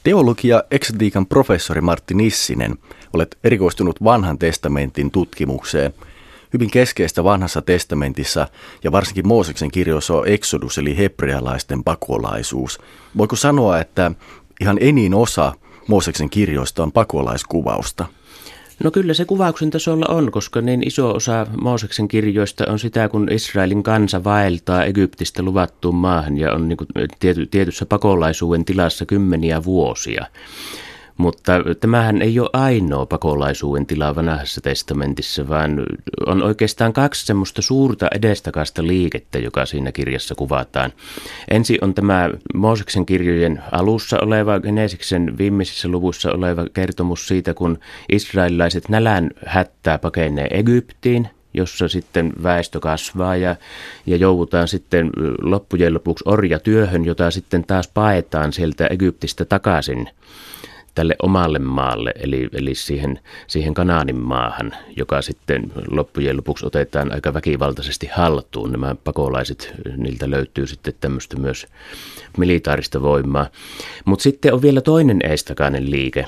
Teologi- ja eksegetiikan professori Martti Nissinen, olet erikoistunut vanhan testamentin tutkimukseen. Hyvin keskeistä vanhassa testamentissa ja varsinkin Mooseksen kirjoissa on Exodus eli hebrealaisten pakolaisuus. Voiko sanoa, että ihan enin osa Mooseksen kirjoista on pakolaiskuvausta? No kyllä se kuvauksen tasolla on, koska niin iso osa Mooseksen kirjoista on sitä, kun Israelin kansa vaeltaa Egyptistä luvattuun maahan ja on niin kuin tietyssä pakolaisuuden tilassa kymmeniä vuosia. Mutta tämähän ei ole ainoa pakolaisuuden tila vanhassa testamentissa, vaan on oikeastaan kaksi semmoista suurta edestakasta liikettä, joka siinä kirjassa kuvataan. Ensin on tämä Mooseksen kirjojen alussa oleva, Genesiksen viimeisissä luvuissa oleva kertomus siitä, kun israelilaiset nälän hättää pakenee Egyptiin, jossa sitten väestö kasvaa ja joudutaan sitten loppujen lopuksi orjatyöhön, jota sitten taas paetaan sieltä Egyptistä takaisin tälle omalle maalle, eli siihen Kanaanin maahan, joka sitten loppujen lopuksi otetaan aika väkivaltaisesti haltuun. Nämä pakolaiset, niiltä löytyy sitten tämmöistä myös militaarista voimaa. Mutta sitten on vielä toinen eestakainen liike,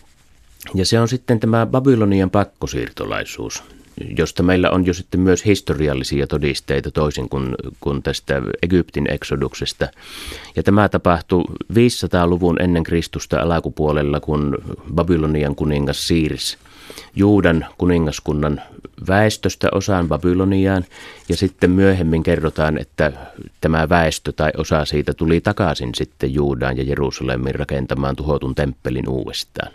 ja se on sitten tämä Babylonian pakkosiirtolaisuus, josta meillä on jo sitten myös historiallisia todisteita toisin kuin tästä Egyptin eksoduksesta. Ja tämä tapahtui 500-luvun ennen Kristusta alkupuolella, kun Babylonian kuningas siirsi Juudan kuningaskunnan väestöstä osaan Babyloniaan. Ja sitten myöhemmin kerrotaan, että tämä väestö tai osa siitä tuli takaisin sitten Juudaan ja Jerusalemin rakentamaan tuhotun temppelin uudestaan.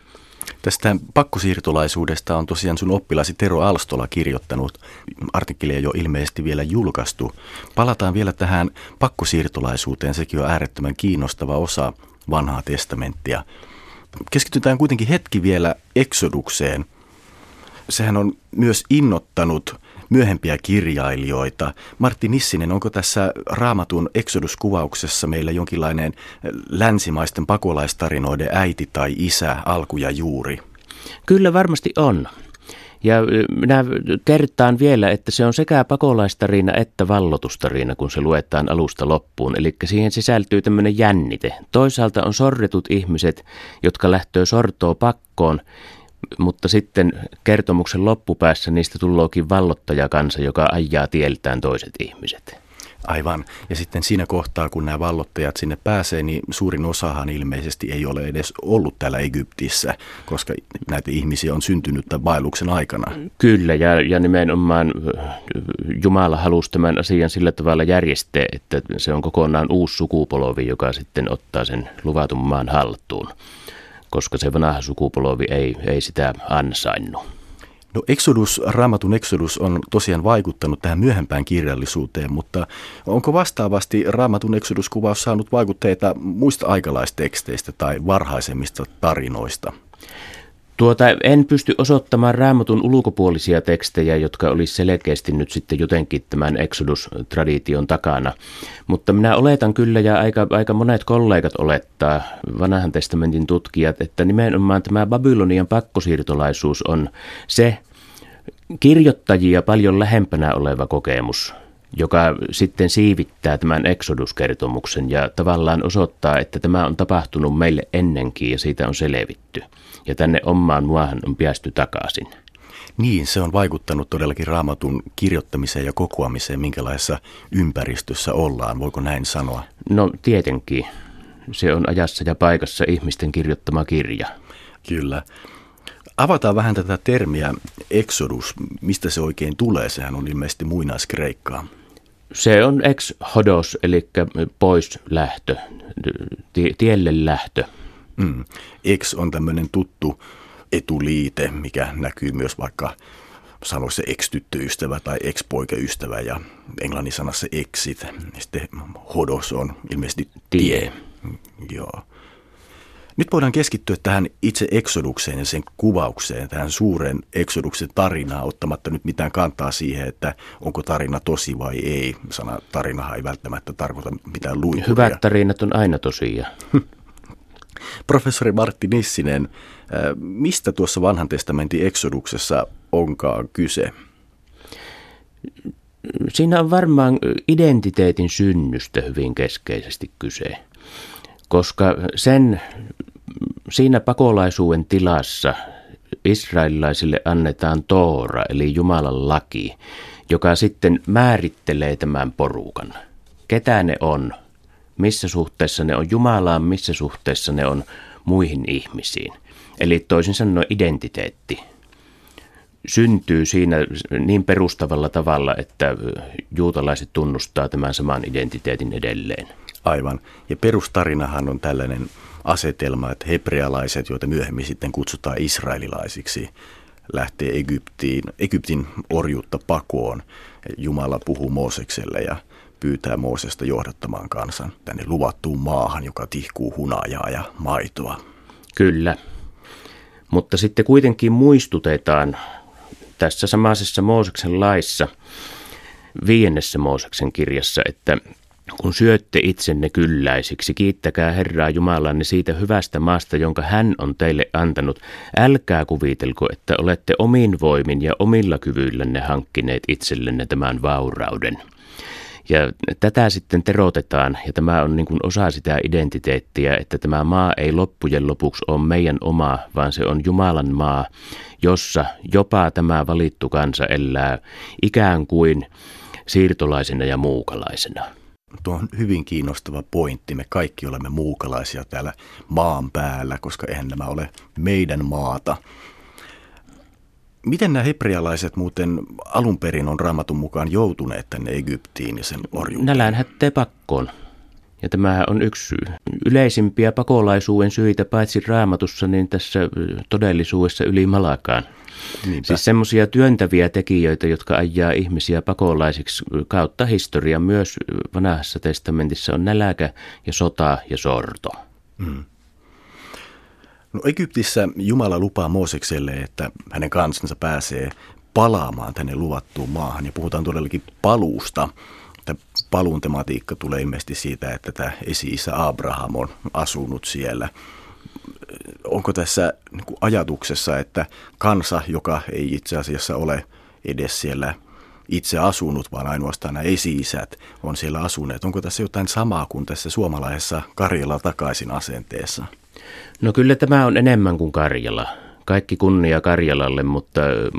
Tästä pakkosiirtolaisuudesta on tosiaan sun oppilasi Tero Alstola kirjoittanut. Artikkelia jo ilmeisesti vielä julkaistu. Palataan vielä tähän pakkosiirtolaisuuteen. Sekin on äärettömän kiinnostava osa vanhaa testamenttia. Keskitytään kuitenkin hetki vielä Exodukseen. Sehän on myös innoittanut myöhempiä kirjailijoita. Martti Nissinen, onko tässä Raamatun Exodus-kuvauksessa meillä jonkinlainen länsimaisten pakolaistarinoiden äiti tai isä, alku ja juuri? Kyllä varmasti on. Ja minä kertaan vielä, että se on sekä pakolaistarina että vallotustarina, kun se luetaan alusta loppuun. Eli siihen sisältyy tämmöinen jännite. Toisaalta on sorretut ihmiset, jotka lähtee sortoa pakkoon, mutta sitten kertomuksen loppupäässä niistä tullookin vallottajakansa, joka ajaa tieltään toiset ihmiset. Aivan. Ja sitten siinä kohtaa, kun nämä vallottajat sinne pääsee, niin suurin osahan ilmeisesti ei ole edes ollut täällä Egyptissä, koska näitä ihmisiä on syntynyt tämän vaelluksen aikana. Kyllä, ja nimenomaan Jumala halusi tämän asian sillä tavalla järjestää, että se on kokonaan uusi sukupolvi, joka sitten ottaa sen luvatun maan haltuun, koska se vanha sukupolvi ei sitä ansainnut. No Raamatun Exodus on tosiaan vaikuttanut tähän myöhempään kirjallisuuteen, mutta onko vastaavasti Raamatun Exodus-kuvaus saanut vaikutteita muista aikalaisteksteistä tai varhaisemmista tarinoista? En pysty osoittamaan Raamatun ulkopuolisia tekstejä, jotka olisi selkeästi nyt sitten jotenkin tämän Exodus-tradition takana. Mutta minä oletan kyllä, ja aika monet kollegat olettaa, vanhan testamentin tutkijat, että nimenomaan tämä Babylonian pakkosiirtolaisuus on se kirjoittajia paljon lähempänä oleva kokemus, joka sitten siivittää tämän Exodus-kertomuksen ja tavallaan osoittaa, että tämä on tapahtunut meille ennenkin ja siitä on selvitty. Ja tänne omaan maahan on päästy takaisin. Niin, se on vaikuttanut todellakin Raamatun kirjoittamiseen ja kokoamiseen, minkälaisessa ympäristössä ollaan, voiko näin sanoa? No tietenkin. Se on ajassa ja paikassa ihmisten kirjoittama kirja. Kyllä. Avataan vähän tätä termiä Exodus. Mistä se oikein tulee? Sehän on ilmeisesti muinaiskreikkaa. Se on ex-hodos, eli pois lähtö, tielle lähtö. Ex on tämmöinen tuttu etuliite, mikä näkyy myös vaikka sanoissa ex-tyttöystävä tai ex-poikaystävä ja englannin sanassa exit. Sitten hodos on ilmeisesti tie. Joo. Nyt voidaan keskittyä tähän itse Exodukseen ja sen kuvaukseen, tähän suuren Exoduksen tarinaan, ottamatta nyt mitään kantaa siihen, että onko tarina tosi vai ei. Sana tarinahan ei välttämättä tarkoita mitään luikuria. Hyvät tarinat on aina tosia. Professori Martti Nissinen, mistä tuossa vanhan testamentin Exoduksessa onkaan kyse? Siinä on varmaan identiteetin synnystä hyvin keskeisesti kyse, koska sen siinä pakolaisuuden tilassa israelilaisille annetaan Toora, eli Jumalan laki, joka sitten määrittelee tämän porukan. Ketä ne on, missä suhteessa ne on Jumalaan, missä suhteessa ne on muihin ihmisiin. Eli toisin sanoen identiteetti syntyy siinä niin perustavalla tavalla, että juutalaiset tunnustaa tämän saman identiteetin edelleen. Aivan. Ja perustarinahan on tällainen asetelma, että hebrealaiset, joita myöhemmin sitten kutsutaan israelilaisiksi, lähtee Egyptin orjuutta pakoon. Jumala puhuu Moosekselle ja pyytää Moosesta johdattamaan kansan tänne luvattuun maahan, joka tihkuu hunajaa ja maitoa. Kyllä, mutta sitten kuitenkin muistutetaan tässä samaisessa Mooseksen laissa, 5. Mooseksen kirjassa, että kun syötte itsenne kylläisiksi, kiittäkää Herraa Jumalanne siitä hyvästä maasta, jonka hän on teille antanut. Älkää kuvitelko, että olette omin voimin ja omilla kyvyillänne hankkineet itsellenne tämän vaurauden. Ja tätä sitten terotetaan, ja tämä on niin kuin osa sitä identiteettiä, että tämä maa ei loppujen lopuksi ole meidän oma, vaan se on Jumalan maa, jossa jopa tämä valittu kansa elää ikään kuin siirtolaisena ja muukalaisena. Tuo on hyvin kiinnostava pointti. Me kaikki olemme muukalaisia täällä maan päällä, koska eihän nämä ole meidän maata. Miten nämä hebrealaiset muuten alun perin on Raamatun mukaan joutuneet tänne Egyptiin ja sen orjuuteen? Nälänhätteen pakkoon. Ja tämähän on yksi yleisimpiä pakolaisuuden syitä, paitsi Raamatussa, niin tässä todellisuudessa yli Malakaan. Niinpä. Siis semmoisia työntäviä tekijöitä, jotka ajaa ihmisiä pakolaisiksi kautta historian. Myös Vanhassa testamentissa on nälkä ja sota ja sorto. Mm. No Egyptissä Jumala lupaa Moosekselle, että hänen kansansa pääsee palaamaan tänne luvattuun maahan. Ja puhutaan todellakin paluusta. Tämä paluun tematiikka tulee ilmeisesti siitä, että tämä esi-isä Abraham on asunut siellä. Onko tässä ajatuksessa, että kansa, joka ei itse asiassa ole edes siellä itse asunut, vaan ainoastaan nämä esi-isät on siellä asuneet. Onko tässä jotain samaa kuin tässä suomalaisessa Karjala takaisin asenteessa? No kyllä tämä on enemmän kuin Karjala. Kaikki kunnia Karjalalle, mutta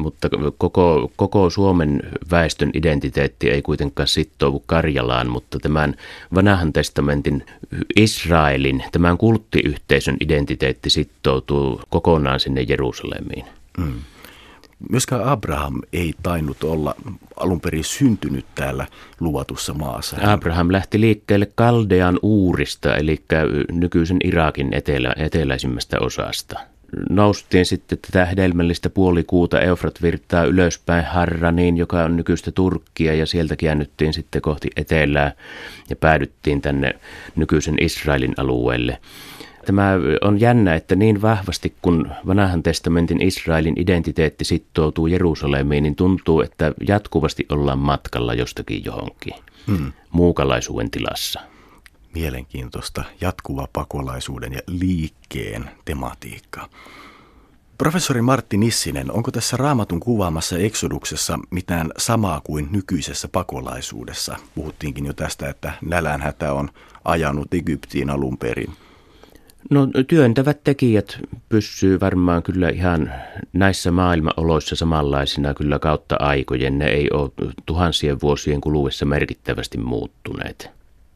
koko Suomen väestön identiteetti ei kuitenkaan sitoudu Karjalaan, mutta tämän Vanhan testamentin Israelin, tämän kulttiyhteisön identiteetti sitoutuu kokonaan sinne Jerusalemiin. Mm. Myöskään Abraham ei tainnut olla alun perin syntynyt täällä luvatussa maassa. Abraham lähti liikkeelle Kaldean Uurista, eli nykyisen Irakin eteläisimmästä osasta. Noustiin sitten tätä hedelmällistä puolikuuta Eufrat-virtaa ylöspäin Harraniin, joka on nykyistä Turkkia, ja sieltä käännyttiin sitten kohti etelää ja päädyttiin tänne nykyisen Israelin alueelle. Tämä on jännä, että niin vahvasti kun Vanhan testamentin Israelin identiteetti sitoutuu Jerusalemiin, niin tuntuu, että jatkuvasti ollaan matkalla jostakin johonkin muukalaisuuden tilassa. Mielenkiintoista jatkuva pakolaisuuden ja liikkeen tematiikka. Professori Martti Nissinen, onko tässä Raamatun kuvaamassa Eksoduksessa mitään samaa kuin nykyisessä pakolaisuudessa? Puhuttiinkin jo tästä, että nälänhätä on ajanut Egyptiin alun perin. No työntävät tekijät pysyy varmaan kyllä ihan näissä maailmanoloissa samanlaisina kyllä kautta aikojen. Ne ei ole tuhansien vuosien kuluessa merkittävästi muuttuneet.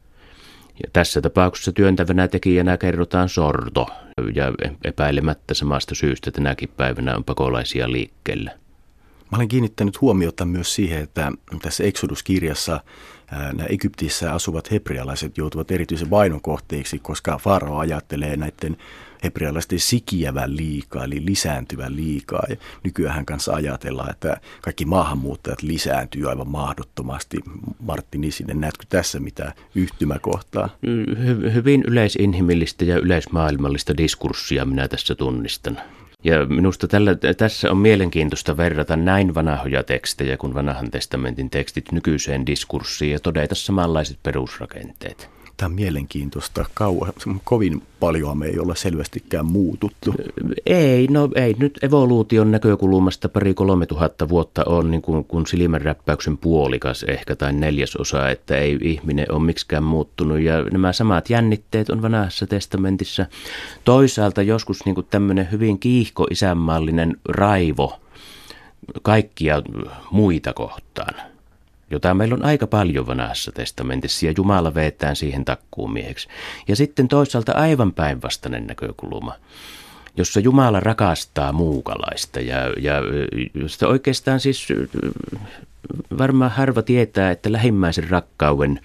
Ja tässä tapauksessa työntävänä tekijänä kerrotaan sorto, ja epäilemättä samasta syystä tänäkin päivänä on pakolaisia liikkeellä. Mä olen kiinnittänyt huomiota myös siihen, että tässä Exodus-kirjassa nämä Egyptissä asuvat hebrealaiset joutuvat erityisen vainon kohteeksi, koska Farao ajattelee näiden hebrealaisten sikiävän liikaa, eli lisääntyvän liikaa. Ja nykyään kanssa ajatellaan, että kaikki maahanmuuttajat lisääntyy aivan mahdottomasti. Martti Nissinen, näetkö tässä mitään yhtymäkohtaa? Hyvin yleisinhimillistä ja yleismaailmallista diskurssia minä tässä tunnistan. Ja minusta tässä on mielenkiintoista verrata näin vanhoja tekstejä kuin Vanhan testamentin tekstit nykyiseen diskurssiin ja todeta samanlaiset perusrakenteet. Tämä on mielenkiintoista. Kovin paljon me ei olla selvästikään muututtu. Ei nyt evoluution näkökulmasta 2,000–3,000 vuotta on niin kuin silmänräppäyksen puolikas ehkä tai neljäsosa, että ei ihminen ole miksikään muuttunut. Ja nämä samat jännitteet on Vanhassa testamentissa. Toisaalta joskus niin kuin tämmöinen hyvin kiihko-isänmaallinen raivo kaikkia muita kohtaan, jota meillä on aika paljon Vanhassa testamentissa, ja Jumala vetää siihen takkuumieheksi. Ja sitten toisaalta aivan päinvastainen näkökulma, jossa Jumala rakastaa muukalaista, ja josta oikeastaan siis varmaan harva tietää, että lähimmäisen rakkauden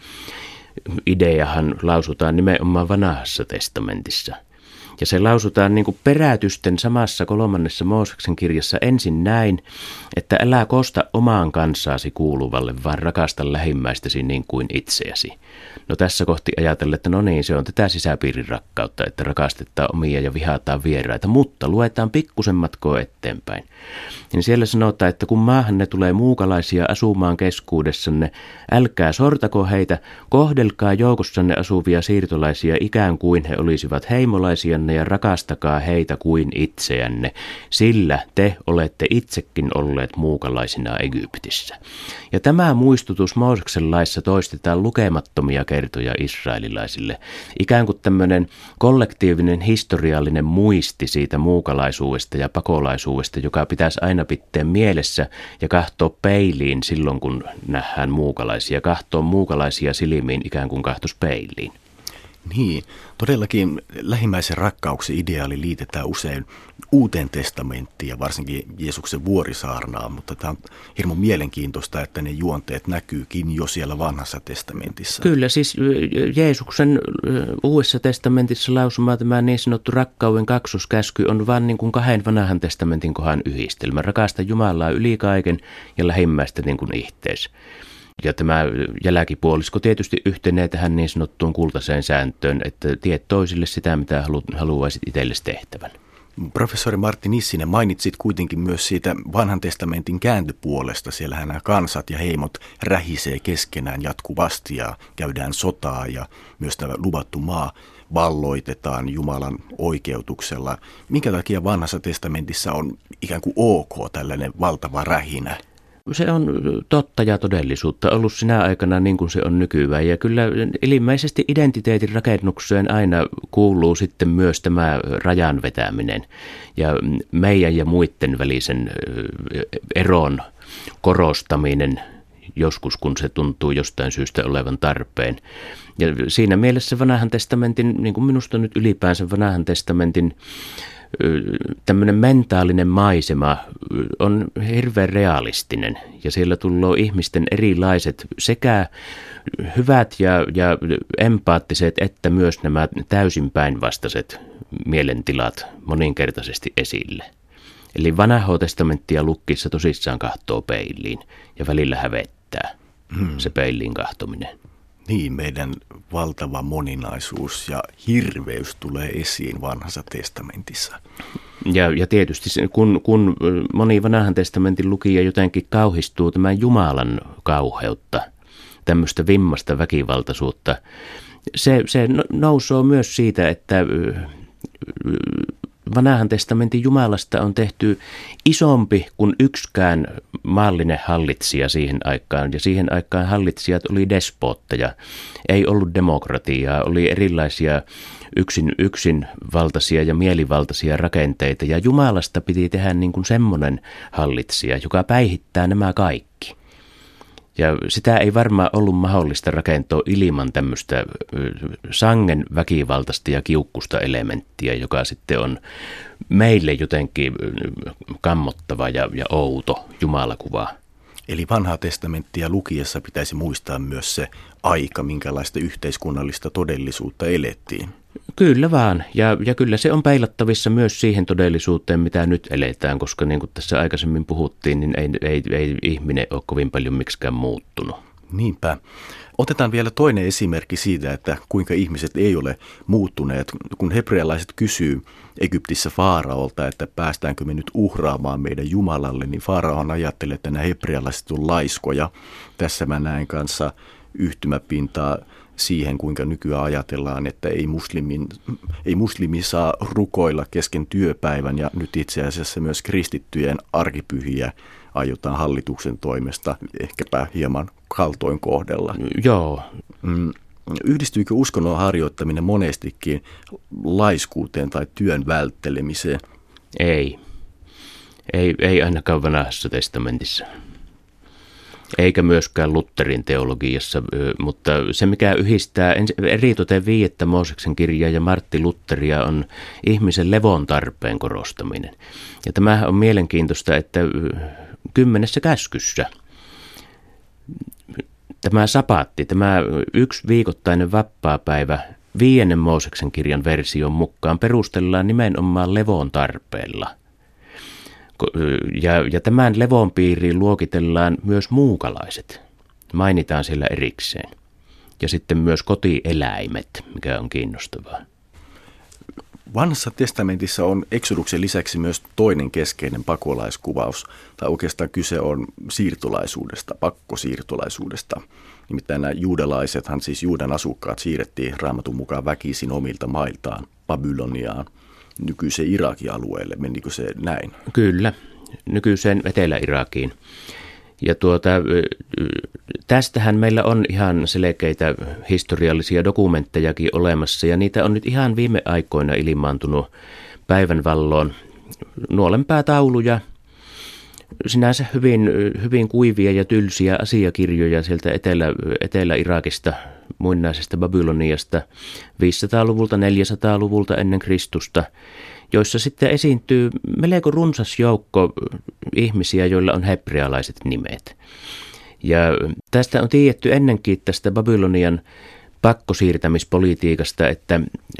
ideahan lausutaan nimenomaan Vanhassa testamentissa. Ja se lausutaan niin kuin perätysten samassa 3. Mooseksen kirjassa ensin näin, että älä kosta omaan kansaasi kuuluvalle, vaan rakasta lähimmäistäsi niin kuin itseäsi. No tässä kohti ajatellen, että no niin, se on tätä sisäpiirin rakkautta, että rakastetaan omia ja vihataan vieraita, mutta luetaan pikkusen matkoa eteenpäin. Niin siellä sanotaan, että kun maahanne tulee muukalaisia asumaan keskuudessanne, älkää sortako heitä, kohdelkaa joukossanne asuvia siirtolaisia ikään kuin he olisivat heimolaisianne ja rakastakaa heitä kuin itseänne, sillä te olette itsekin olleet muukalaisina Egyptissä. Ja tämä muistutus Mooseksen laissa toistetaan lukemattomia kertoja israelilaisille. Ikään kuin tämmöinen kollektiivinen historiallinen muisti siitä muukalaisuudesta ja pakolaisuudesta, joka pitäisi aina pitää mielessä ja katsoa peiliin silloin, kun nähdään muukalaisia. Katsoa muukalaisia silmiin ikään kuin kahtos peiliin. Niin, todellakin lähimmäisen rakkauksen ideaali liitetään usein Uuteen testamenttiin ja varsinkin Jeesuksen vuorisaarnaan, mutta tämä on hirmu mielenkiintoista, että ne juonteet näkyykin jo siellä Vanhassa testamentissa. Kyllä, siis Jeesuksen Uudessa testamentissa lausuma tämä niin sanottu rakkauden kaksoskäsky on vain niin kuin 2 Vanhan testamentin kohan yhdistelmä. Rakasta Jumalaa yli kaiken ja lähimmäistä niin kuin ihtees. Ja tämä jälkipuolisko tietysti yhtenee tähän niin sanottuun kultaiseen sääntöön, että tiedät toisille sitä, mitä haluaisit itsellesi tehtävän. Professori Martti Nissinen, mainitsit kuitenkin myös siitä Vanhan testamentin kääntöpuolesta. Siellähän nämä kansat ja heimot rähisee keskenään jatkuvasti ja käydään sotaa ja myös tämä luvattu maa valloitetaan Jumalan oikeutuksella. Minkä takia Vanhassa testamentissa on ikään kuin ok tällainen valtava rähinä? Se on totta ja todellisuutta ollut sinä aikana niin kuin se on nykyään. Ja kyllä ilmeisesti identiteetin rakennukseen aina kuuluu sitten myös tämä rajan vetäminen ja meidän ja muiden välisen eron korostaminen joskus, kun se tuntuu jostain syystä olevan tarpeen. Ja siinä mielessä Vanhan testamentin, niin kuin minusta nyt ylipäänsä Vanhan testamentin tämmöinen mentaalinen maisema on hirveän realistinen ja siellä tulee ihmisten erilaiset sekä hyvät ja empaattiset että myös nämä täysin päinvastaiset mielentilat moninkertaisesti esille. Eli Vanhaa testamenttia lukkiessa tosissaan kahtoo peiliin ja välillä hävettää se peiliin kahtominen. Niin, meidän valtava moninaisuus ja hirveys tulee esiin Vanhassa testamentissa. Ja tietysti kun moni Vanhan testamentin lukija jotenkin kauhistuu tämän Jumalan kauheutta, tämmöistä vimmasta väkivaltaisuutta, se nousee myös siitä, että Vanhan testamentin Jumalasta on tehty isompi kuin yksikään maallinen hallitsija siihen aikaan. Ja siihen aikaan hallitsijat oli despootteja, ei ollut demokratiaa, oli erilaisia yksinvaltaisia ja mielivaltaisia rakenteita. Ja Jumalasta piti tehdä niin kuin semmoinen hallitsija, joka päihittää nämä kaikki. Ja sitä ei varmaan ollut mahdollista rakentaa ilman tämmöistä sangen väkivaltaista ja kiukkusta elementtiä, joka sitten on meille jotenkin kammottava ja outo jumalakuva. Eli Vanhaa testamenttia lukiessa pitäisi muistaa myös se aika, minkälaista yhteiskunnallista todellisuutta elettiin. Kyllä vaan, ja kyllä se on peilattavissa myös siihen todellisuuteen, mitä nyt eletään, koska niin kuin tässä aikaisemmin puhuttiin, niin ei ihminen ole kovin paljon miksikään muuttunut. Niinpä. Otetaan vielä toinen esimerkki siitä, että kuinka ihmiset ei ole muuttuneet. Kun hebrealaiset kysyy Egyptissä Faaraolta, että päästäänkö me nyt uhraamaan meidän Jumalalle, niin Faaraon ajattelee, että nämä hebrealaiset on laiskoja. Tässä mä näen kanssa yhtymäpintaa siihen, kuinka nykyään ajatellaan, että ei muslimi saa rukoilla kesken työpäivän ja nyt itse asiassa myös kristittyjen arkipyhiä aiotaan hallituksen toimesta ehkäpä hieman kaltoin kohdella. Joo. Yhdistyykö uskonnon harjoittaminen monestikin laiskuuteen tai työn välttelemiseen? Ei ainakaan Vanhassa testamentissa. Eikä myöskään Lutherin teologiassa, mutta se mikä yhdistää eritoten 5. Mooseksen kirjaa ja Martti Lutheria on ihmisen levon tarpeen korostaminen. Ja tämähän on mielenkiintoista, että 10 käskyssä tämä sapaatti, tämä 1 viikoittainen vapaapäivä 5. Mooseksen kirjan version mukaan perustellaan nimenomaan levon tarpeella. Ja tämän levon piiriin luokitellaan myös muukalaiset. Mainitaan siellä erikseen. Ja sitten myös kotieläimet, mikä on kiinnostavaa. Vanhassa testamentissa on Exoduksen lisäksi myös toinen keskeinen pakolaiskuvaus. Tai oikeastaan kyse on siirtolaisuudesta, pakkosiirtolaisuudesta. Nimittäin nämä juudalaisethan, siis Juudan asukkaat, siirrettiin Raamatun mukaan väkisin omilta mailtaan Babyloniaan, nykyiseen Irakin alueelle. Menikö se näin? Kyllä, nykyiseen Etelä-Irakiin. Ja tästähän meillä on ihan selkeitä historiallisia dokumenttejakin olemassa, ja niitä on nyt ihan viime aikoina ilmaantunut päivänvalloon. Nuolenpäätauluja, sinänsä hyvin kuivia ja tylsiä asiakirjoja sieltä Etelä-Irakista, muinaisesta Babyloniasta, 500-luvulta, 400-luvulta ennen Kristusta, joissa sitten esiintyy melko runsas joukko ihmisiä, joilla on hebrealaiset nimet. Ja tästä on tiedetty ennenkin tästä Babylonian pakkosiirtämispolitiikasta, että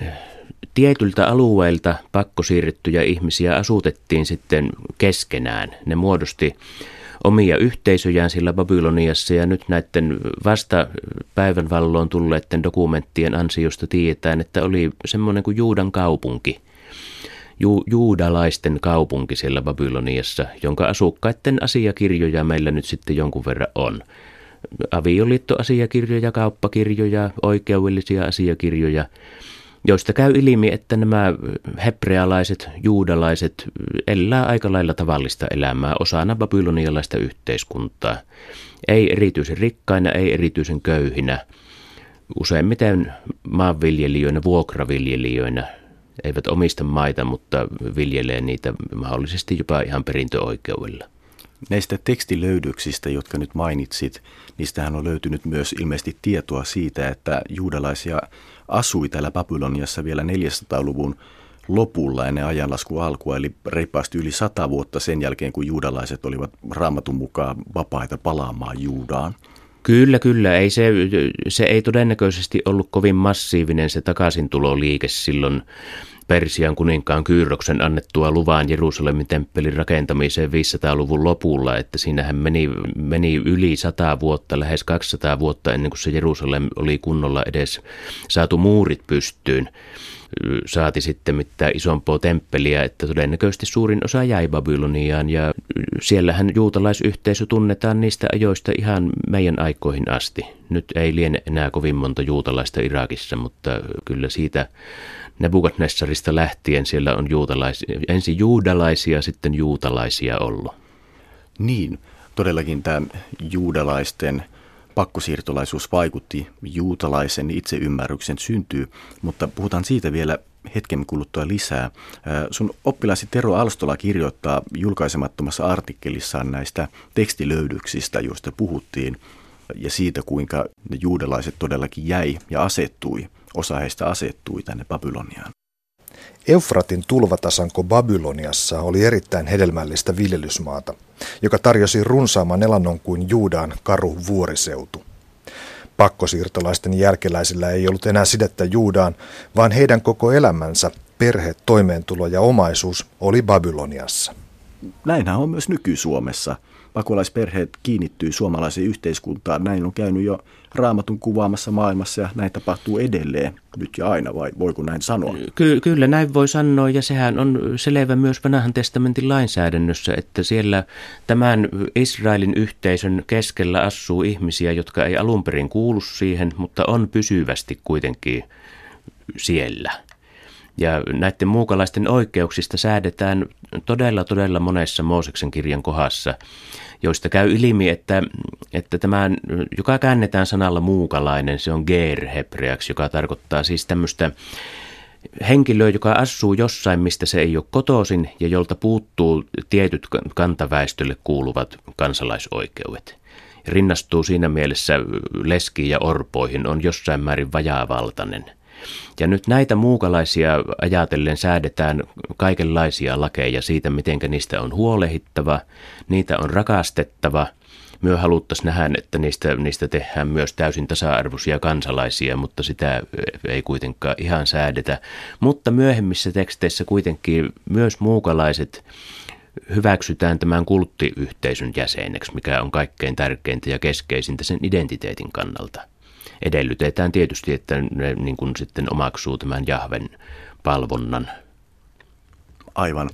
tietyltä alueelta pakkosiirrettyjä ihmisiä asutettiin sitten keskenään. Ne muodosti omia yhteisöjään sillä Babyloniassa, ja nyt näiden vasta päivänvalloon tulleiden dokumenttien ansiosta tiedetään, että oli semmoinen kuin Juudan kaupunki, juudalaisten kaupunki siellä Babyloniassa, jonka asukkaiden asiakirjoja meillä nyt sitten jonkun verran on. Avioliittoasiakirjoja, kauppakirjoja, oikeudellisia asiakirjoja, joista käy ilmi, että nämä hebrealaiset, juudalaiset elää aika lailla tavallista elämää osana babylonialaista yhteiskuntaa. Ei erityisen rikkaina, ei erityisen köyhinä, useimmiten maanviljelijöinä, vuokraviljelijöinä. Eivät omista maita, mutta viljelee niitä mahdollisesti jopa ihan perintöoikeudella. Näistä tekstilöydöksistä, jotka nyt mainitsit, niistähän on löytynyt myös ilmeisesti tietoa siitä, että juudalaisia asui täällä Babyloniassa vielä 400-luvun lopulla ennen ajanlaskun alkua, eli reippaasti yli 100 vuotta sen jälkeen, kun juudalaiset olivat Raamatun mukaan vapaita palaamaan Juudaan. Kyllä. Se ei todennäköisesti ollut kovin massiivinen se takaisintuloliike silloin Persian kuninkaan Kyyroksen annettua luvan Jerusalemin temppelin rakentamiseen 500-luvun lopulla, että siinähän meni yli 100 vuotta, lähes 200 vuotta ennen kuin se Jerusalem oli kunnolla edes saatu muurit pystyyn. Saati sitten mitään isompaa temppeliä, että todennäköisesti suurin osa jäi Babyloniaan, ja siellähän juutalaisyhteisö tunnetaan niistä ajoista ihan meidän aikoihin asti. Nyt ei liene enää kovin monta juutalaista Irakissa, mutta kyllä siitä Nebukadnessarista lähtien siellä on ensin juudalaisia, sitten juutalaisia ollut. Niin, todellakin tämä juudalaisten pakkosiirtolaisuus vaikutti juutalaisen itseymmärryksen syntyyn, mutta puhutaan siitä vielä hetken kuluttua lisää. Sun oppilaasi Tero Alstola kirjoittaa julkaisemattomassa artikkelissaan näistä tekstilöydöksistä, joista puhuttiin, ja siitä, kuinka ne juudalaiset todellakin jäi ja asettui. Osa heistä asettui tänne Babyloniaan. Eufratin tulvatasanko Babyloniassa oli erittäin hedelmällistä viljelysmaata, joka tarjosi runsaamman elannon kuin Juudan karu vuoriseutu. Pakkosiirtolaisten jälkeläisillä ei ollut enää sidettä Juudaan, vaan heidän koko elämänsä, perhe, toimeentulo ja omaisuus oli Babyloniassa. Näinhän on myös nyky-Suomessa. pakolaisperheet kiinnittyy suomalaiseen yhteiskuntaan. Näin on käynyt jo Raamatun kuvaamassa maailmassa ja näin tapahtuu edelleen nyt ja aina, vai voiko näin sanoa? Kyllä näin voi sanoa, ja sehän on selvä myös Vanhan testamentin lainsäädännössä, että siellä tämän Israelin yhteisön keskellä asuu ihmisiä, jotka ei alun perin kuulu siihen, mutta on pysyvästi kuitenkin siellä. Ja näiden muukalaisten oikeuksista säädetään todella monessa Mooseksen kirjan kohdassa, joista käy ilmi, että tämän, joka käännetään sanalla muukalainen, se on ger hebreaksi, joka tarkoittaa siis tämmöistä henkilöä, joka asuu jossain, mistä se ei ole kotoisin ja jolta puuttuu tietyt kantaväestölle kuuluvat kansalaisoikeudet. Rinnastuu siinä mielessä leskiin ja orpoihin, on jossain määrin vajaavaltainen. Ja nyt näitä muukalaisia ajatellen säädetään kaikenlaisia lakeja siitä, miten niistä on huolehdittava, niitä on rakastettava. Myö haluttaisiin nähdä, että niistä tehdään myös täysin tasa-arvoisia kansalaisia, mutta sitä ei kuitenkaan ihan säädetä. Mutta myöhemmissä teksteissä kuitenkin myös muukalaiset hyväksytään tämän kulttiyhteisön jäseneksi, mikä on kaikkein tärkeintä ja keskeisintä sen identiteetin kannalta. Edellytetään tietysti, että ne niin kuin sitten omaksuu tämän Jahven palvonnan. Aivan.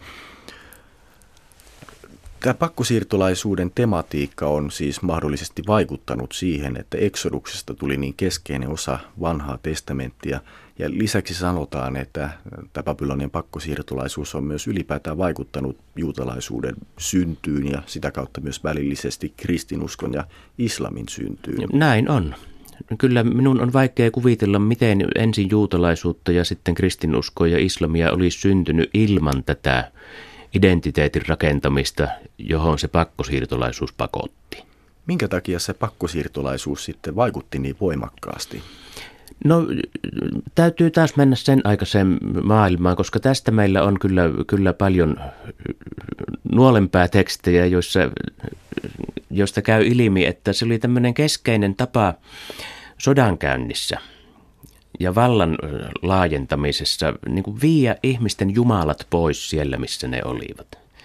Tämä pakkosiirtolaisuuden tematiikka on siis mahdollisesti vaikuttanut siihen, että Eksoduksesta tuli niin keskeinen osa Vanhaa testamenttia. Ja lisäksi sanotaan, että tämä Babylonian pakkosiirtolaisuus on myös ylipäätään vaikuttanut juutalaisuuden syntyyn ja sitä kautta myös välillisesti kristinuskon ja islamin syntyyn. Näin on. Kyllä minun on vaikea kuvitella, miten ensin juutalaisuutta ja sitten kristinuskoa ja islamia olisi syntynyt ilman tätä identiteetin rakentamista, johon se pakkosiirtolaisuus pakotti. Minkä takia se pakkosiirtolaisuus sitten vaikutti niin voimakkaasti? No täytyy taas mennä sen aikaiseen maailmaan, koska tästä meillä on kyllä paljon nuolempää tekstejä, joista käy ilmi, että se oli tämmöinen keskeinen tapa sodankäynnissä ja vallan laajentamisessa niin kuin viiä ihmisten jumalat pois siellä, missä ne olivat.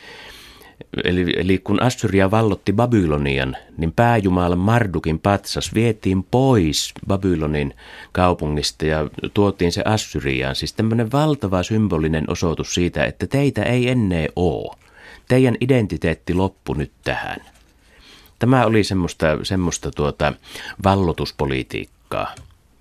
Eli kun Assyria vallotti Babylonian, niin pääjumala Mardukin patsas vietiin pois Babylonin kaupungista ja tuotiin se Assyriaan. Siis tämmöinen valtava symbolinen osoitus siitä, että teitä ei enää ole. Teidän identiteetti loppui nyt tähän. Tämä oli semmoista vallotuspolitiikkaa.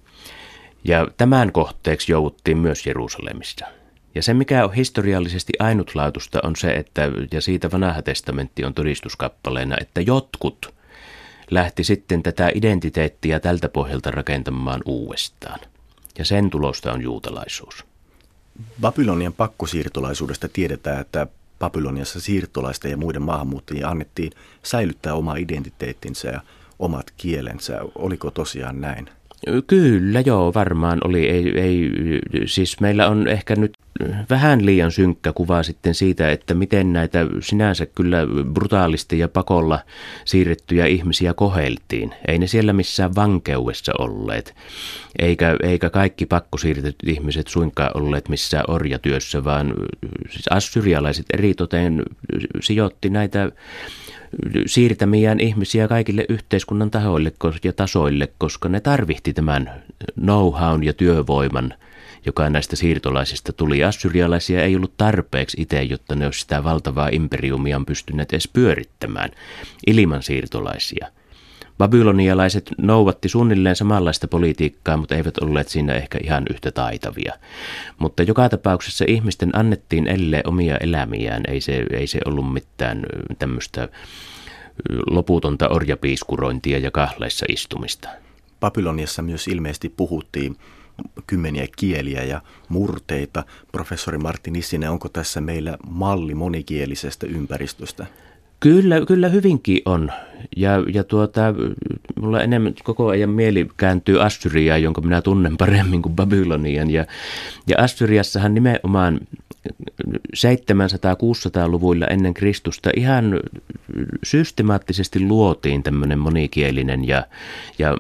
Ja tämän kohteeksi jouduttiin myös Jerusalemissa. Ja se, mikä on historiallisesti ainutlaatuista, on se, että, ja siitä Vanha testamentti on todistuskappaleena, että jotkut lähti sitten tätä identiteettiä tältä pohjalta rakentamaan uudestaan. Ja sen tulosta on juutalaisuus. Babylonian pakkosiirtolaisuudesta tiedetään, että Babyloniassa siirtolaisten ja muiden maahanmuuttajien annettiin säilyttää oma identiteettinsä ja omat kielensä. Oliko tosiaan näin? Kyllä, joo, varmaan oli. Siis meillä on ehkä nyt vähän liian synkkä kuva sitten siitä, että miten näitä sinänsä kyllä brutaalisti ja pakolla siirrettyjä ihmisiä koheltiin. Ei ne siellä missään vankeudessa olleet, eikä kaikki pakkosiirretyt ihmiset suinkaan olleet missään orjatyössä, vaan siis assyrialaiset eritoten sijoitti näitä siirtämiään ihmisiä kaikille yhteiskunnan tahoille ja tasoille, koska ne tarvitsi tämän know-hown ja työvoiman, joka näistä siirtolaisista tuli. Assyrialaisia ei ollut tarpeeksi itse, jotta ne olisi sitä valtavaa imperiumiaan pystyneet edes pyörittämään ilman siirtolaisia. Babylonialaiset nouvatti suunnilleen samanlaista politiikkaa, mutta eivät olleet siinä ehkä ihan yhtä taitavia. Mutta joka tapauksessa ihmisten annettiin ellee omia elämiään, ei se ollut mitään tämmöistä loputonta orjapiiskurointia ja kahleissa istumista. Babyloniassa myös ilmeisesti puhuttiin kymmeniä kieliä ja murteita. Professori Martti Nissinen, onko tässä meillä malli monikielisestä ympäristöstä? Kyllä hyvinkin on. Ja mulla enemmän koko ajan mieli kääntyy Assyriaan, jonka minä tunnen paremmin kuin Babylonian. Ja Assyriassahan nimenomaan 700-600-luvuilla ennen Kristusta ihan systemaattisesti luotiin tämmöinen monikielinen ja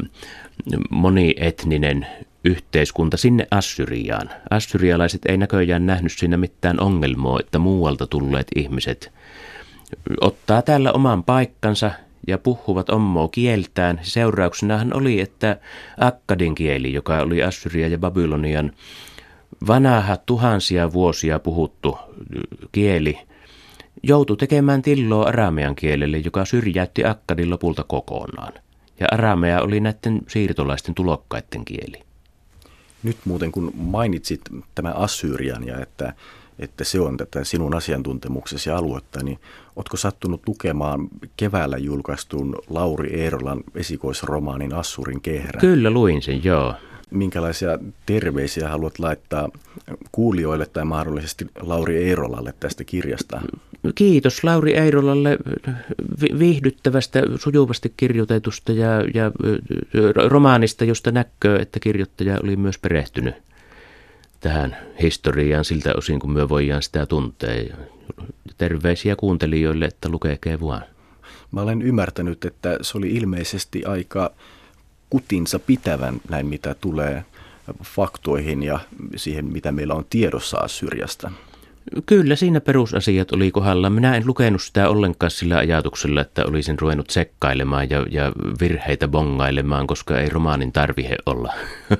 monietninen yhteiskunta sinne Assyriaan. Assyrialaiset ei näköjään nähnyt siinä mitään ongelmaa, että muualta tulleet ihmiset ottaa täällä oman paikkansa ja puhuvat omaa kieltään. Seurauksenahan oli, että akkadin kieli, joka oli Assyrian ja Babylonian vanha tuhansia vuosia puhuttu kieli, joutui tekemään tilloa aramean kielelle, joka syrjäytti akkadin lopulta kokonaan. Ja aramea oli näiden siirtolaisten tulokkaiden kieli. Nyt muuten kun mainitsit tämän Assyrian ja että se on tätä sinun asiantuntemuksesi aluetta, niin ootko sattunut lukemaan keväällä julkaistun Lauri Eerolan esikoisromaanin Assurin kehrä? Kyllä luin sen, joo. Minkälaisia terveisiä haluat laittaa kuulijoille tai mahdollisesti Lauri Eerolalle tästä kirjasta? Kiitos Lauri Eerolalle viihdyttävästä, sujuvasti kirjoitetusta ja romaanista, josta näkyy, että kirjoittaja oli myös perehtynyt tähän historiaan siltä osin, kun me voidaan sitä tuntea. Terveisiä kuuntelijoille, että lukeekee vaan. Mä olen ymmärtänyt, että se oli ilmeisesti aika kutinsa pitävän näin, mitä tulee faktoihin ja siihen, mitä meillä on tiedossa Assyriasta. Kyllä siinä perusasiat oli kohdalla. Minä en lukenut sitä ollenkaan sillä ajatuksella, että olisin ruvennut sekkailemaan ja virheitä bongailemaan, koska ei romaanin tarvitse olla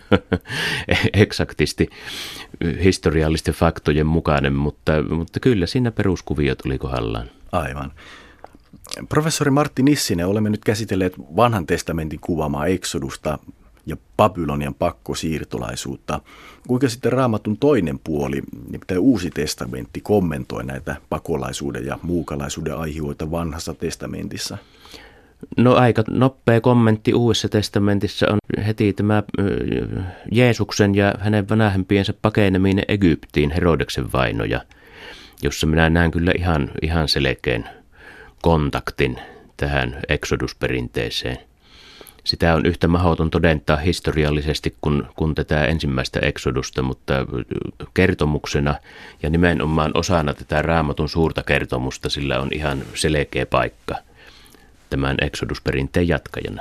eksaktisti historiallisten faktojen mukainen, mutta kyllä siinä peruskuviot oli kohdallaan. Aivan. Professori Martti Nissinen, olemme nyt käsitelleet vanhan testamentin kuvaamaa Exodusta ja Babylonian pakkosiirtolaisuutta. Kuinka sitten Raamatun toinen puoli, nimittäin Uusi testamentti, kommentoi näitä pakolaisuuden ja muukalaisuuden aiheuttajia vanhassa testamentissa? No aika nopea kommentti Uudessa testamentissa on heti tämä Jeesuksen ja hänen vanhempiensa pakeneminen Egyptiin Herodeksen vainoja, jossa minä näen kyllä ihan selkeän kontaktin tähän Exodus-perinteeseen. Sitä on yhtä mahdoton todentaa historiallisesti kuin tätä ensimmäistä Exodusta, mutta kertomuksena ja nimenomaan osana tätä Raamatun suurta kertomusta sillä on ihan selkeä paikka tämän Exodus-perinteen jatkajana.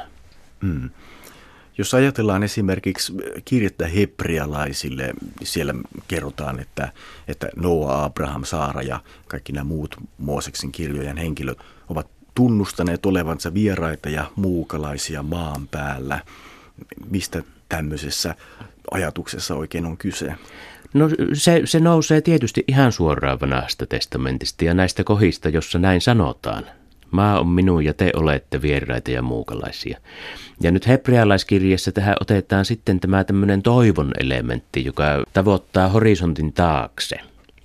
Jos ajatellaan esimerkiksi kirjettä hebrealaisille, siellä kerrotaan, että Noa, Abraham, Saara ja kaikki nämä muut Mooseksen kirjojen henkilöt ovat tunnustaneet olevansa vieraita ja muukalaisia maan päällä. Mistä tämmöisessä ajatuksessa oikein on kyse? No se nousee tietysti ihan suoraan vanhasta testamentista ja näistä kohdista, jossa näin sanotaan. Maa on minun ja te olette vieraita ja muukalaisia. Ja nyt hebrealaiskirjassa tähän otetaan sitten tämä tämmöinen toivon elementti, joka tavoittaa horisontin taakse.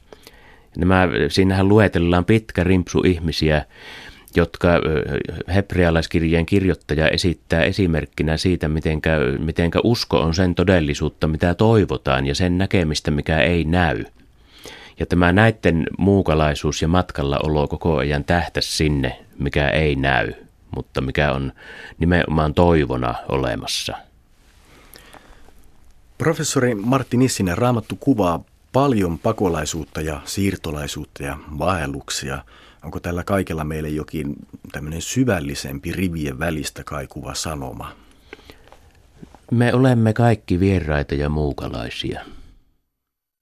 Siinähän luetellaan pitkä rimpsu ihmisiä, jotka hebrealaiskirjeen kirjoittaja esittää esimerkkinä siitä, mitenkä usko on sen todellisuutta, mitä toivotaan ja sen näkemistä, mikä ei näy. Ja tämä näiden muukalaisuus ja matkallaolo koko ajan tähtäisi sinne, mikä ei näy, mutta mikä on nimenomaan toivona olemassa. Professori Martti Nissinen, Raamattu kuvaa paljon pakolaisuutta ja siirtolaisuutta ja vaelluksia. Onko tällä kaikella meille jokin tämmöinen syvällisempi rivien välistä kaikuva sanoma? Me olemme kaikki vieraita ja muukalaisia.